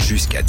Jusqu'à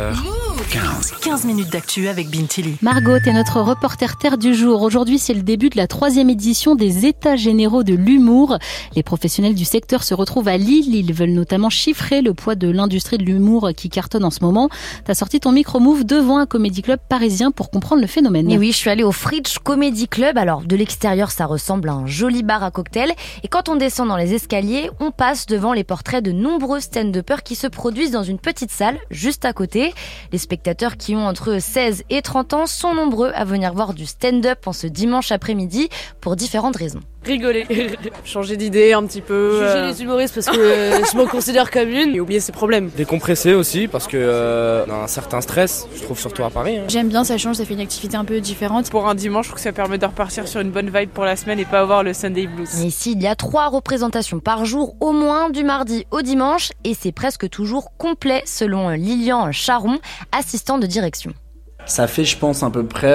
19h15. 15 minutes d'actu avec Bintili. Margot, t'es notre reporter terre du jour. Aujourd'hui, c'est le début de la 3e édition des États généraux de l'humour. Les professionnels du secteur se retrouvent à Lille. Ils veulent notamment chiffrer le poids de l'industrie de l'humour qui cartonne en ce moment. T'as sorti ton micro-move devant un comédie club parisien pour comprendre le phénomène. Et oui, je suis allée au Fridge Comedy Club. Alors, de l'extérieur, ça ressemble à un joli bar à cocktail. Et quand on descend dans les escaliers, on passe devant les portraits de nombreux stand-uppers qui se produisent dans une petite salle juste à côté. Les spectateurs qui ont entre 16 et 30 ans sont nombreux à venir voir du stand-up en ce dimanche après-midi pour différentes raisons. Rigoler, changer d'idée un petit peu, juger les humoristes parce que je me considère comme une et oublier ses problèmes. Décompresser aussi parce que on a un certain stress, je trouve surtout à Paris. J'aime bien, ça change, ça fait une activité un peu différente. Pour un dimanche, je trouve que ça permet de repartir sur une bonne vibe pour la semaine et pas avoir le Sunday blues. Et ici, il y a 3 représentations par jour au moins, du mardi au dimanche, et c'est presque toujours complet selon Lilian Charon, assistant de direction. Ça fait, je pense, à peu près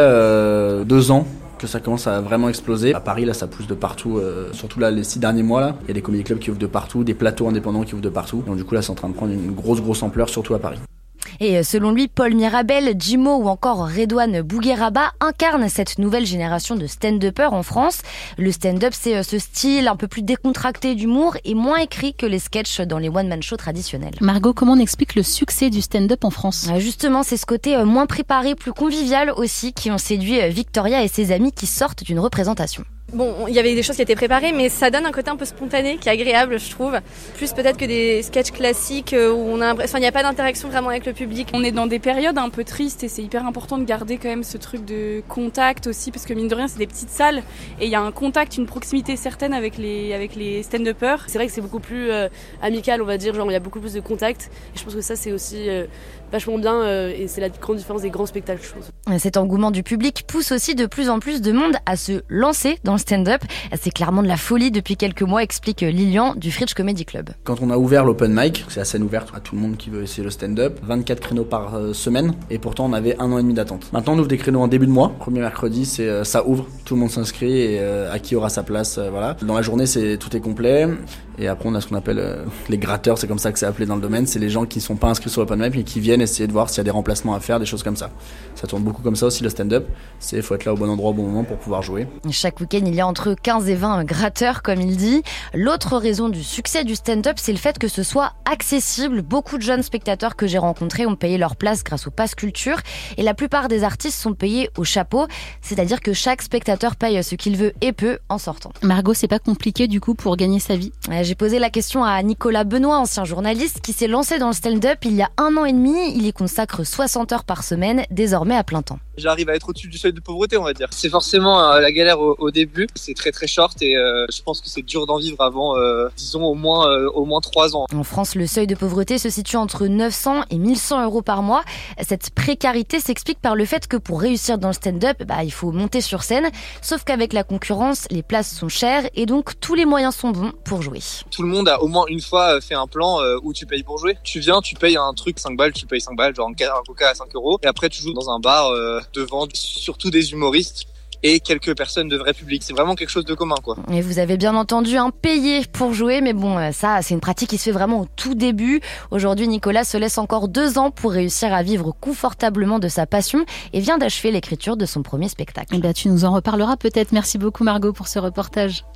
2 ans que ça commence à vraiment exploser. À Paris, là, ça pousse de partout, surtout là, les 6 derniers mois, là. Il y a des comédie clubs qui ouvrent de partout, des plateaux indépendants qui ouvrent de partout. Donc du coup, là, c'est en train de prendre une grosse ampleur, surtout à Paris. Et selon lui, Paul Mirabel, Jimo ou encore Redouane Bougueraba incarnent cette nouvelle génération de stand-uppers en France. Le stand-up, c'est ce style un peu plus décontracté d'humour et moins écrit que les sketchs dans les one-man shows traditionnels. Margot, comment on explique le succès du stand-up en France ? Justement, c'est ce côté moins préparé, plus convivial aussi, qui ont séduit Victoria et ses amis qui sortent d'une représentation. Bon, il y avait des choses qui étaient préparées, mais ça donne un côté un peu spontané, qui est agréable, je trouve. Plus peut-être que des sketchs classiques où on a l'impression, il n'y a pas d'interaction vraiment avec le public. On est dans des périodes un peu tristes et c'est hyper important de garder quand même ce truc de contact aussi, parce que mine de rien, c'est des petites salles et il y a un contact, une proximité certaine avec les stand-uppers. C'est vrai que c'est beaucoup plus amical, on va dire, genre il y a beaucoup plus de contact. Et je pense que ça, c'est aussi vachement bien et c'est la grande différence des grands spectacles, je pense. Cet engouement du public pousse aussi de plus en plus de monde à se lancer dans le stand-up. C'est clairement de la folie depuis quelques mois, explique Lilian du Fridge Comedy Club. Quand on a ouvert l'open mic, c'est la scène ouverte à tout le monde qui veut essayer le stand-up, 24 créneaux par semaine, et pourtant on avait 1 an et demi d'attente. Maintenant on ouvre des créneaux en début de mois. Premier mercredi, c'est ça ouvre, tout le monde s'inscrit et à qui aura sa place, voilà. Dans la journée, tout est complet. Et après on a ce qu'on appelle les gratteurs, c'est comme ça que c'est appelé dans le domaine, c'est les gens qui ne sont pas inscrits sur l'open mic et qui viennent essayer de voir s'il y a des remplacements à faire, des choses comme ça. Ça tourne beaucoup comme ça aussi le stand-up, il faut être là au bon endroit au bon moment pour pouvoir jouer. Chaque week-end il y a entre 15 et 20 gratteurs comme il dit. L'autre raison du succès du stand-up, c'est le fait que ce soit accessible. Beaucoup de jeunes spectateurs que j'ai rencontrés ont payé leur place grâce au Pass Culture et la plupart des artistes sont payés au chapeau, c'est-à-dire que chaque spectateur paye ce qu'il veut et peut en sortant. Margot, c'est pas compliqué du coup pour gagner sa vie ? J'ai posé la question à Nicolas Benoît, ancien journaliste, qui s'est lancé dans le stand-up il y a 1 an et demi. Il y consacre 60 heures par semaine, désormais à plein temps. J'arrive à être au-dessus du seuil de pauvreté, on va dire. C'est forcément la galère au début. C'est très short et je pense que c'est dur d'en vivre avant, disons, au moins 3 ans. En France, le seuil de pauvreté se situe entre 900 et 1100 euros par mois. Cette précarité s'explique par le fait que pour réussir dans le stand-up, il faut monter sur scène. Sauf qu'avec la concurrence, les places sont chères et donc tous les moyens sont bons pour jouer. Tout le monde a au moins une fois fait un plan où tu payes pour jouer. Tu viens, tu payes un truc 5 balles, tu payes 5 balles, genre un coca à 5 euros. Et après, tu joues dans un bar devant surtout des humoristes et quelques personnes de vrai public. C'est vraiment quelque chose de commun, quoi. Et vous avez bien entendu, payer pour jouer, mais bon, ça, c'est une pratique qui se fait vraiment au tout début. Aujourd'hui, Nicolas se laisse encore 2 ans pour réussir à vivre confortablement de sa passion et vient d'achever l'écriture de son premier spectacle. Tu nous en reparleras peut-être. Merci beaucoup Margot pour ce reportage.